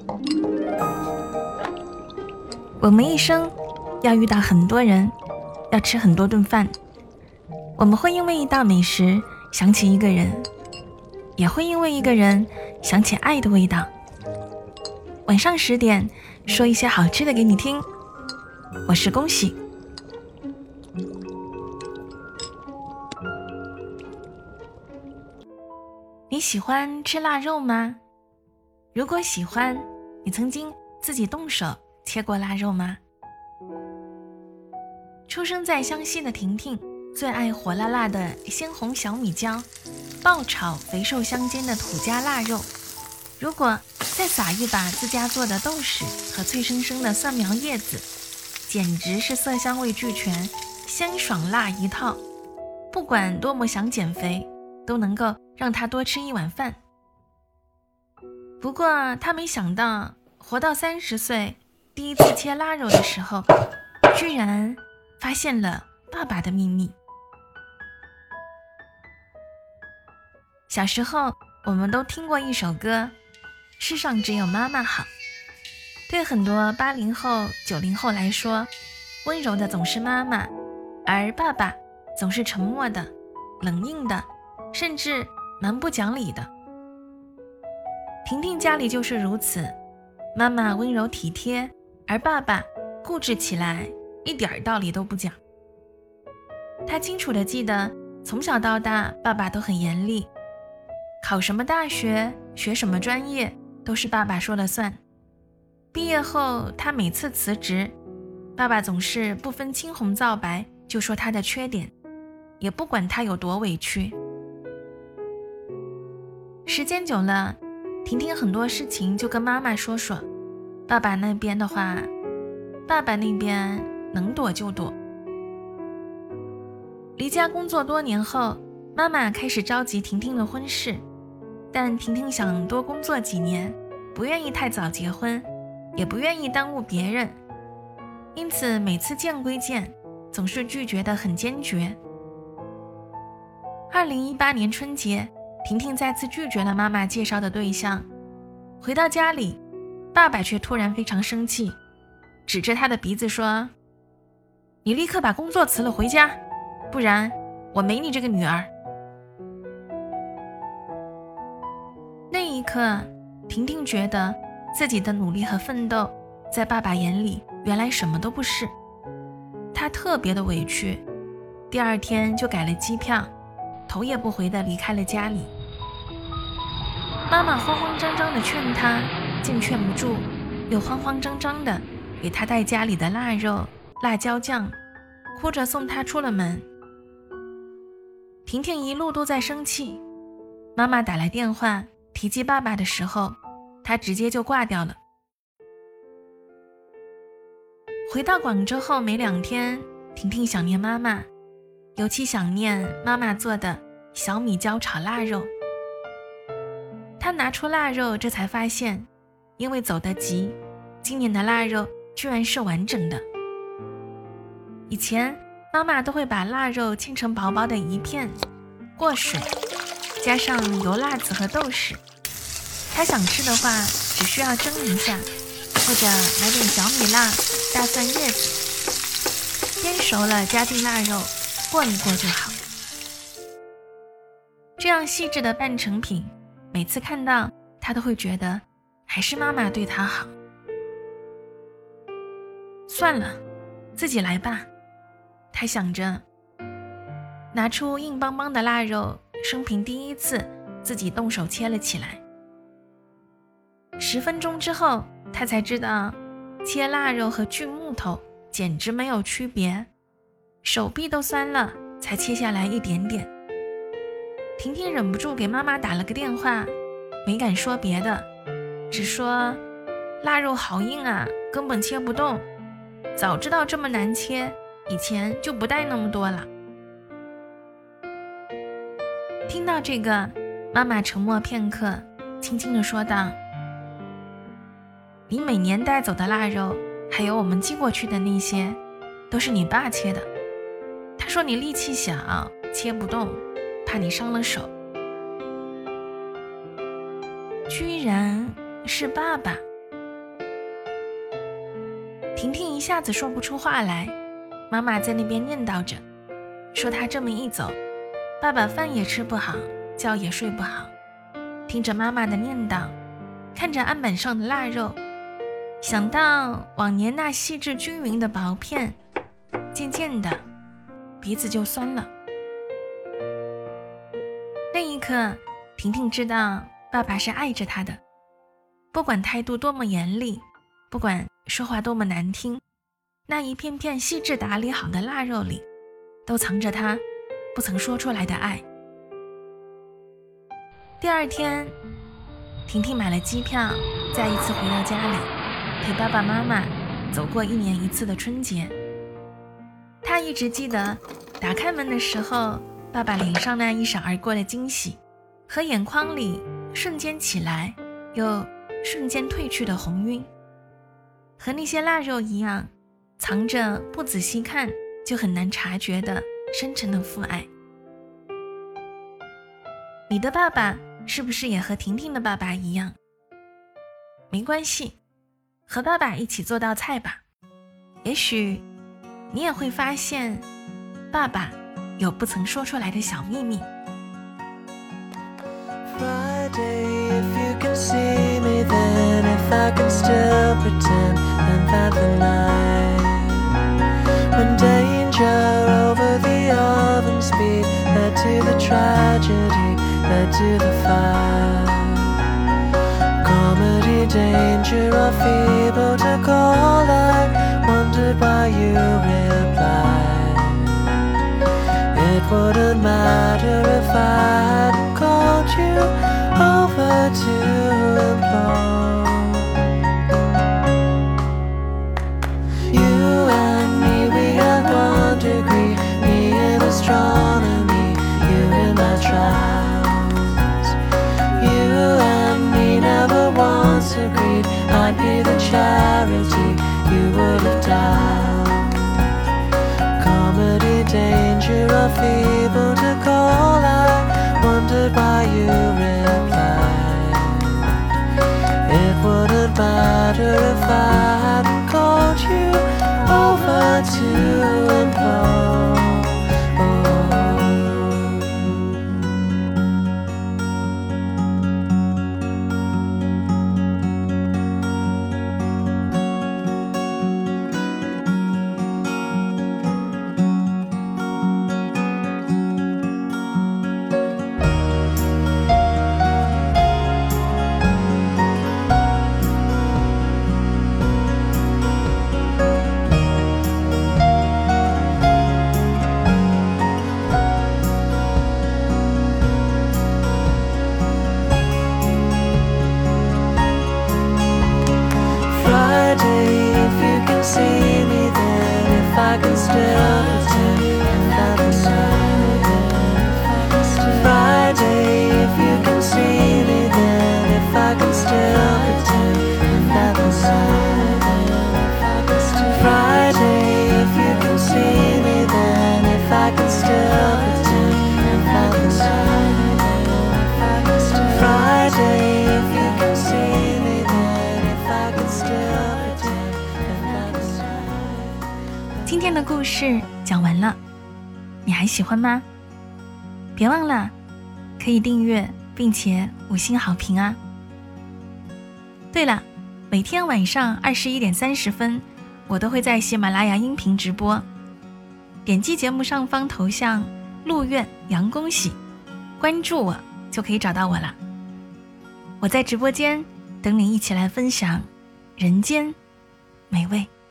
我们一生要遇到很多人，要吃很多顿饭。我们会因为一道美食想起一个人，也会因为一个人想起爱的味道。晚上10点，说一些好吃的给你听。我是恭喜。你喜欢吃腊肉吗？如果喜欢，你曾经自己动手切过腊肉吗？出生在湘西的婷婷最爱火辣辣的鲜红小米椒，爆炒肥瘦相间的土家腊肉，如果再撒一把自家做的豆豉和脆生生的蒜苗叶子，简直是色香味俱全，鲜爽辣一套。不管多么想减肥，都能够让他多吃一碗饭。不过他没想到，活到30岁，第一次切腊肉的时候，居然发现了爸爸的秘密。小时候我们都听过一首歌，世上只有妈妈好。对很多80后90后来说，温柔的总是妈妈，而爸爸总是沉默的冷硬的，甚至蛮不讲理的。婷婷家里就是如此，妈妈温柔体贴，而爸爸固执起来一点道理都不讲。她清楚地记得，从小到大爸爸都很严厉，考什么大学学什么专业都是爸爸说了算。毕业后他每次辞职，爸爸总是不分青红皂白就说他的缺点，也不管他有多委屈。时间久了，婷婷很多事情就跟妈妈说说，爸爸那边的话，爸爸那边能躲就躲。离家工作多年后，妈妈开始着急婷婷的婚事，但婷婷想多工作几年，不愿意太早结婚，也不愿意耽误别人，因此每次见归见，总是拒绝得很坚决。2018年春节，婷婷再次拒绝了妈妈介绍的对象。回到家里，爸爸却突然非常生气，指着她的鼻子说：“你立刻把工作辞了回家，不然我没你这个女儿。”那一刻，婷婷觉得自己的努力和奋斗，在爸爸眼里原来什么都不是。她特别的委屈，第2天就改了机票，头也不回地离开了家里。妈妈慌慌张张地劝她，竟劝不住，又慌慌张张地给她带家里的腊肉、辣椒酱，哭着送她出了门。婷婷一路都在生气，妈妈打来电话提及爸爸的时候，她直接就挂掉了。回到广州后没2天，婷婷想念妈妈，尤其想念妈妈做的小米椒炒腊肉。她拿出腊肉，这才发现，因为走得急，今年的腊肉居然是完整的。以前妈妈都会把腊肉切成薄薄的一片，过水，加上油辣子和豆豉。她想吃的话，只需要蒸一下，或者买点小米辣、大蒜叶子，煎熟了加进腊肉，过一过就好。这样细致的半成品，每次看到她都会觉得还是妈妈对她好。算了，自己来吧，她想着，拿出硬邦邦的腊肉，生平第一次自己动手切了起来。10分钟之后，她才知道切腊肉和锯木头简直没有区别，手臂都酸了才切下来一点点。婷婷忍不住给妈妈打了个电话，没敢说别的，只说腊肉好硬啊，根本切不动，早知道这么难切，以前就不带那么多了。听到这个，妈妈沉默片刻，轻轻地说道：“你每年带走的腊肉，还有我们寄过去的那些，都是你爸切的。他说你力气小，切不动，怕你伤了手。”居然是爸爸。 婷婷一下子说不出话来，妈妈在那边念叨着，说她这么一走，爸爸饭也吃不好，觉也睡不好。听着妈妈的念叨，看着案板上的腊肉，想到往年那细致均匀的薄片，渐渐的鼻子就酸了。那一刻，婷婷知道爸爸是爱着她的，不管态度多么严厉，不管说话多么难听，那一片片细致打理好的腊肉里，都藏着他不曾说出来的爱。第二天，婷婷买了机票，再一次回到家里，陪爸爸妈妈走过1年1次的春节。她一直记得打开门的时候，爸爸脸上那一闪而过的惊喜，和眼眶里瞬间起来又瞬间褪去的红晕，和那些腊肉一样，藏着不仔细看就很难察觉的深沉的父爱。你的爸爸是不是也和婷婷的爸爸一样？没关系，和爸爸一起做道菜吧，也许你也会发现爸爸有不曾说出来的小秘密。 Friday, if you can see me then, if I can still pretend then that the night when danger over the oven speed led to the tragedy, led to the fire. Comedy, danger or feeble to call, I wondered why you replied. It wouldn't matter if I hadn't called you over to implore. You and me, we had 1 degree, me in astronomy, you in my trials. You and me never once agreed I'd be the charity you would have dialed. Comedy, danger or feeble to call, I wondered why you replied. It wouldn't matter if I hadn't called you over to implore. If you can see me then, if I can still pretend that the night. Friday, if you can see me then, if I can still pretend that the night. Friday, if you can see me then, if I can still pretend that the night. Friday, if you can see me then, if I can still. 今天的故事讲完了，你还喜欢吗？别忘了可以订阅并且5星好评啊。对了，每天晚上21点30分，我都会在喜马拉雅音频直播，点击节目上方头像陆苑杨恭喜，关注我就可以找到我了。我在直播间等你一起来分享人间美味。